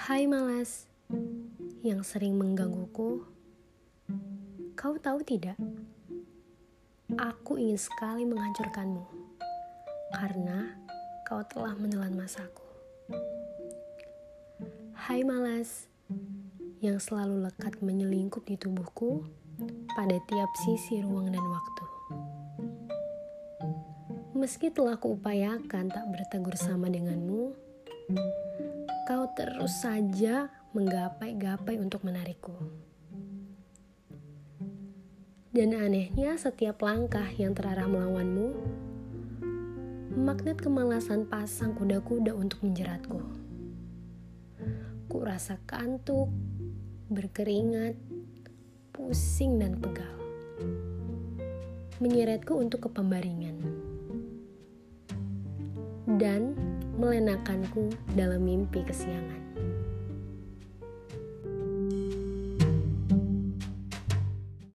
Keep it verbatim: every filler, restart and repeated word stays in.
Hai malas, yang sering menggangguku. Kau tahu tidak? Aku ingin sekali menghancurkanmu karena kau telah menelan masaku. Hai malas, yang selalu lekat menyelingkup di tubuhku pada tiap sisi ruang dan waktu. Meski telah kuupayakan tak bertegur sama denganmu, kau terus saja menggapai-gapai untuk menarikku. Dan anehnya setiap langkah yang terarah melawanmu, magnet kemalasan pasang kuda-kuda untuk menjeratku. Ku rasa kantuk, berkeringat, pusing dan pegal, menyeretku untuk ke pembaringan, dan melenakanku dalam mimpi kesiangan.